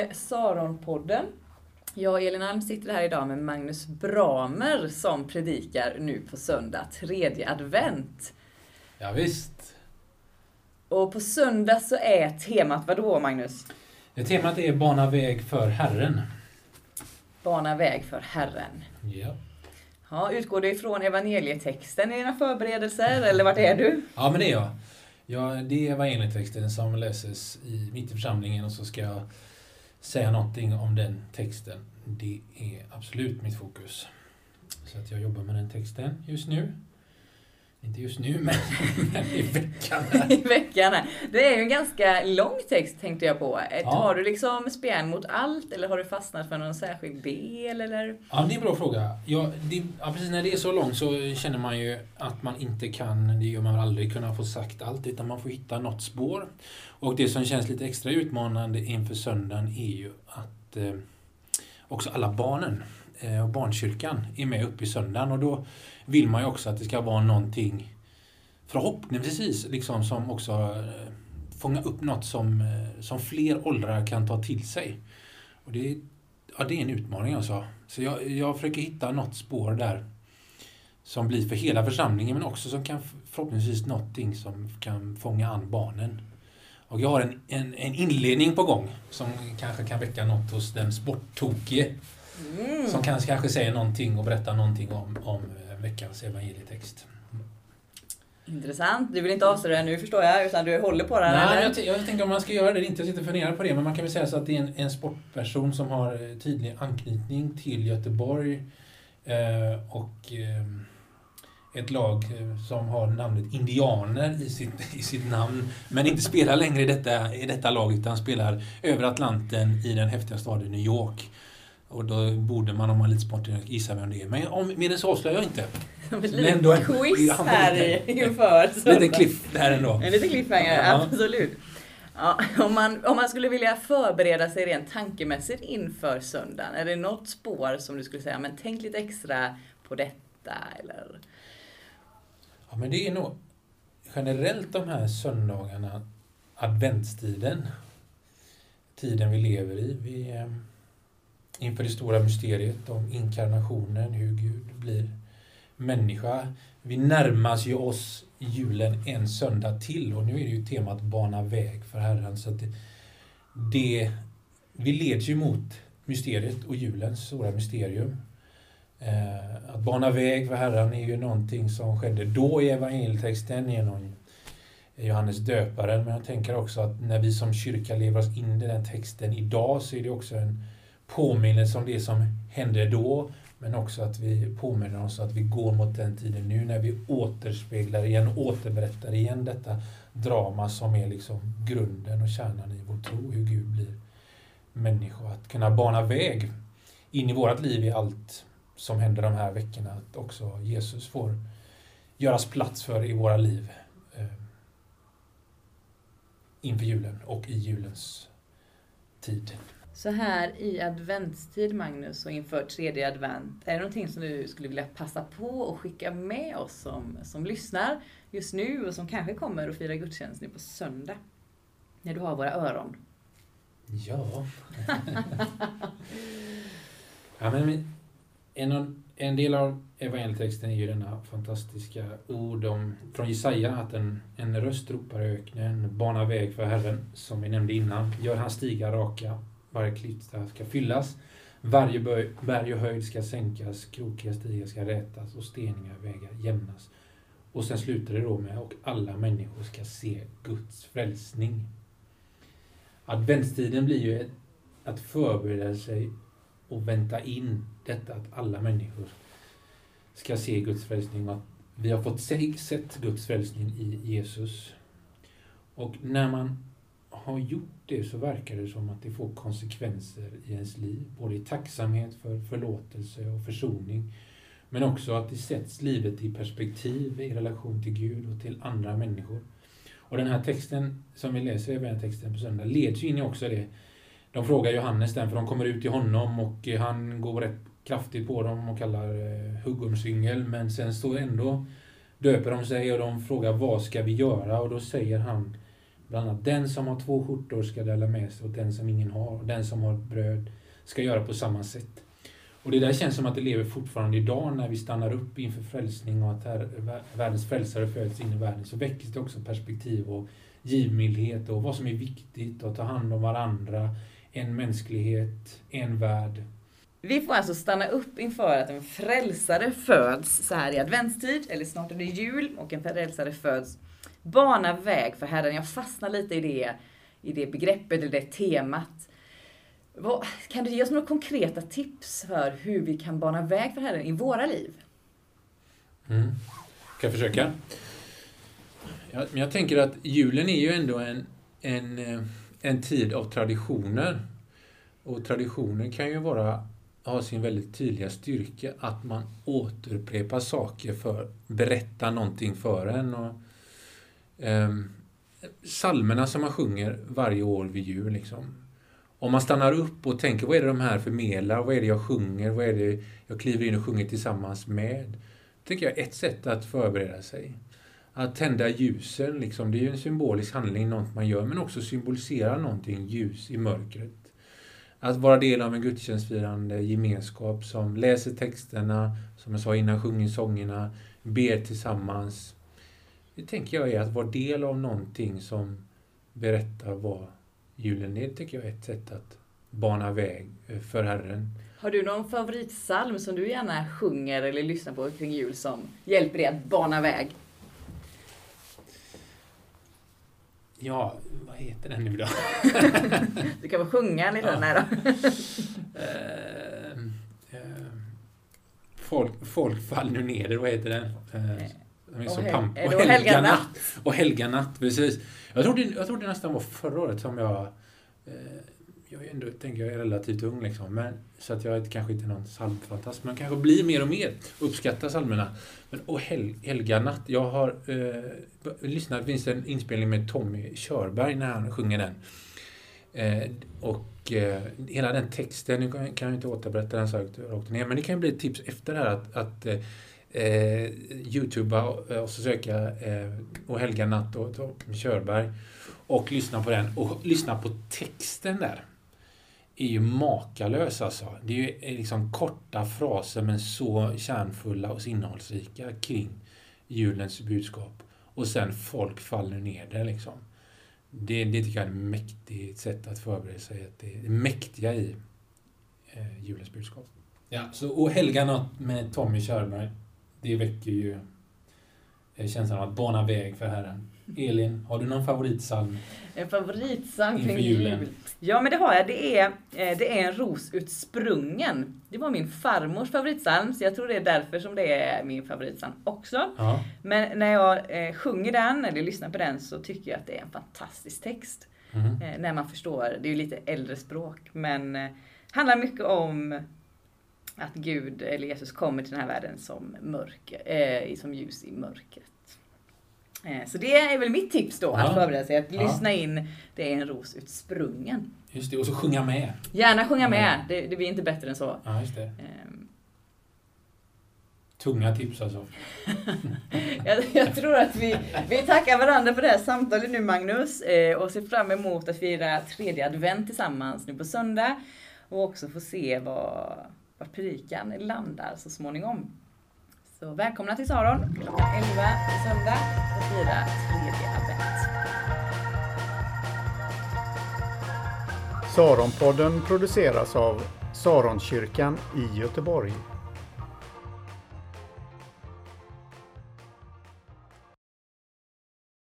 till Saronpodden. Jag och Elin Alm sitter här idag med Magnus Bramer som predikar nu på söndag, 3:e advent. Ja, visst. Och på söndag så är temat vad då, Magnus? Temat är bana väg för Herren. Bana väg för Herren. Ja. Ja, utgår du ifrån evangelietexten i dina förberedelser eller vart är du? Ja, men det är jag. Ja, det är evangelietexten som läses mitt i församlingen och så ska jag säga någonting om den texten. Det är absolut mitt fokus. Så att jag jobbar med den texten just nu. Inte just nu, men i veckan. I veckan. Det är ju en ganska lång text tänkte jag på. Ja. Har du liksom spjärn mot allt eller har du fastnat för någon särskild del? Eller? Ja, det är en bra fråga. Precis när det är så långt så känner man ju att man inte kan, det gör man aldrig, kunna få sagt allt utan man får hitta något spår. Och det som känns lite extra utmanande inför söndagen är ju att också alla barnen och barnkyrkan är med upp i söndagen och då vill man ju också att det ska vara någonting förhoppningsvis liksom som också fångar upp något som fler åldrar kan ta till sig. Och det är en utmaning alltså. Så jag försöker hitta något spår där som blir för hela församlingen men också som kan förhoppningsvis någonting som kan fånga an barnen. Och jag har en inledning på gång som kanske kan väcka något hos den sporttokige. Som kanske säger någonting och berättar någonting om veckans evangelietext. Intressant. Du vill inte avslöja nu förstår jag, utan du håller på den. Nej, jag tänker om man ska göra det, inte sitta och fundera på det, men man kan väl säga så att det är en sportperson som har tydlig anknytning till Göteborg och ett lag som har namnet Indianer i sitt namn, men inte spelar längre i detta lag utan spelar över Atlanten i den häftiga staden New York. Och då borde man, om man är lite spontant, gissa vem det är. Men med det så avslöjar jag inte. Lite quiz här inför. Lite cliff där ändå. En liten cliffhanger, ja. Absolut. Ja, om man skulle vilja förbereda sig rent tankemässigt inför söndagen, är det något spår som du skulle säga, men tänk lite extra på detta eller? Ja, men det är nog generellt de här söndagarna, adventstiden, tiden vi lever i. Inför det stora mysteriet om inkarnationen, hur Gud blir människa. Vi närmas ju oss julen en söndag till och nu är det ju temat bana väg för Herren. Så att vi leds ju mot mysteriet och julens stora mysterium. Att bana väg för Herren är ju någonting som skedde då i evangelietexten genom Johannes döparen. Men jag tänker också att när vi som kyrka lever oss in i den texten idag så är det också en påminnelse om det som hände då, men också att vi påminner oss att vi går mot den tiden nu när vi återspeglar igen, återberättar igen detta drama som är liksom grunden och kärnan i vår tro, hur Gud blir människa. Att kunna bana väg in i vårt liv i allt som händer de här veckorna, att också Jesus får göras plats för i våra liv inför julen och i julens tid. Så här i adventstid, Magnus, och inför 3:e advent, är det någonting som du skulle vilja passa på och skicka med oss som lyssnar just nu och som kanske kommer att fira gudstjänst nu på söndag, när du har våra öron? Ja. Ja, men en del av evangelietexten är ju denna fantastiska ord från Jesaja, att en röst ropar i öknen, bana väg för Herren, som vi nämnde innan, gör hans stigar raka. Varje klyfta ska fyllas, varje berg och höjd ska sänkas, krokiga stigar ska rätas och steniga vägar jämnas. Och sen slutar det då med och alla människor ska se Guds frälsning. Adventstiden blir ju att förbereda sig och vänta in detta att alla människor ska se Guds frälsning och att vi har fått sett Guds frälsning i Jesus. Och när man har gjort det så verkar det som att det får konsekvenser i ens liv. Både i tacksamhet för förlåtelse och försoning. Men också att det sätts livet i perspektiv i relation till Gud och till andra människor. Och den här texten som vi läser i evangelietexten på söndag leds ju in i också det. De frågar Johannes den, för de kommer ut till honom och han går rätt kraftigt på dem och kallar huggormsyngel. Men sen står ändå döper de sig och de frågar vad ska vi göra? Och då säger han Bland annat den som har 2 skjortor ska dela med sig och den som ingen har. Och den som har bröd ska göra på samma sätt. Och det där känns som att det lever fortfarande idag när vi stannar upp inför frälsning och att världens frälsare föds in i världen. Så väcks det också perspektiv och givmildhet och vad som är viktigt att ta hand om varandra. En mänsklighet, en värld. Vi får alltså stanna upp inför att en frälsare föds så här i adventstid, eller snart är det jul och en frälsare föds. Bana väg för Herren. Jag fastnar lite i det begreppet eller det temat. Kan du ge oss några konkreta tips för hur vi kan bana väg för Herren i våra liv? Kan jag försöka? Jag tänker att julen är ju ändå en tid av traditioner. Och traditioner kan ju ha sin väldigt tydliga styrka att man återupprepar saker för att berätta någonting för en. Och, psalmerna som man sjunger varje år vid jul liksom. Om man stannar upp och tänker, vad är det de här förmedlar? Vad är det jag sjunger? Vad är det jag kliver in och sjunger tillsammans med? Tycker jag är ett sätt att förbereda sig. Att tända ljusen, liksom, det är ju en symbolisk handling, något man gör, men också symbolisera någonting ljus i mörkret. Att vara del av en gudstjänstfirande gemenskap som läser texterna, som jag sa innan, sjunger sångerna, ber tillsammans. Det tänker jag är att vara del av någonting som berättar vad julen är. Det tycker jag är ett sätt att bana väg för Herren. Har du någon favoritsalm som du gärna sjunger eller lyssnar på kring jul som hjälper dig att bana väg? Ja, vad heter den nu då? Du kan väl sjunga lite där då. Folk faller nu ner, vad heter den? Och Helga natt. Och Helga natt, precis. Jag tror det nästan var förra året som jag är ändå, tänker jag, är relativt ung liksom, men så att jag kanske inte är någon psalmfantast, men kanske blir mer och mer uppskatta psalmerna. Men Helga natt, jag har lyssnat, det finns en inspelning med Tommy Körberg när han sjunger den. Hela den texten, nu kan jag inte återberätta den så rakt ner, men det kan bli ett tips efter det här att YouTubea och så söka och Helga natt och Tommy Körberg och lyssna på den och lyssna på texten där. Är ju makalös alltså. Det är ju liksom korta fraser men så kärnfulla och innehållsrika kring julens budskap. Och sen folk faller ner där liksom. Det tycker jag är ett mäktigt sätt att förbereda sig. Att det är mäktiga i julens budskap. Ja, så och Helga natt med Tommy Körberg. Det väcker ju känslan av att bana väg för Herren. Elin, har du någon favoritsalm? En favoritsalm kring jul? Ja, men det har jag. Det är en ros utsprungen. Det var min farmors favoritsalm, så jag tror det är därför som det är min favoritsalm också. Ja. Men när jag sjunger den, eller lyssnar på den, så tycker jag att det är en fantastisk text. När man förstår, det är ju lite äldre språk, men handlar mycket om att Gud eller Jesus kommer till den här världen som ljus i mörkret. Så det är väl mitt tips då, att förbereda sig, att lyssna in, det är en ros utsprungen. Just det, och så sjunga med. Gärna sjunga med, det blir inte bättre än så. Ja, just det. Tunga tips alltså. jag tror att vi tackar varandra för det här samtalet nu, Magnus, och ser fram emot att fira 3:e advent tillsammans nu på söndag och också få se var predikan landar så småningom. Så välkomna till Saron klockan 11 på söndag och fira 3:e advent. Saronpodden produceras av Saronkyrkan i Göteborg.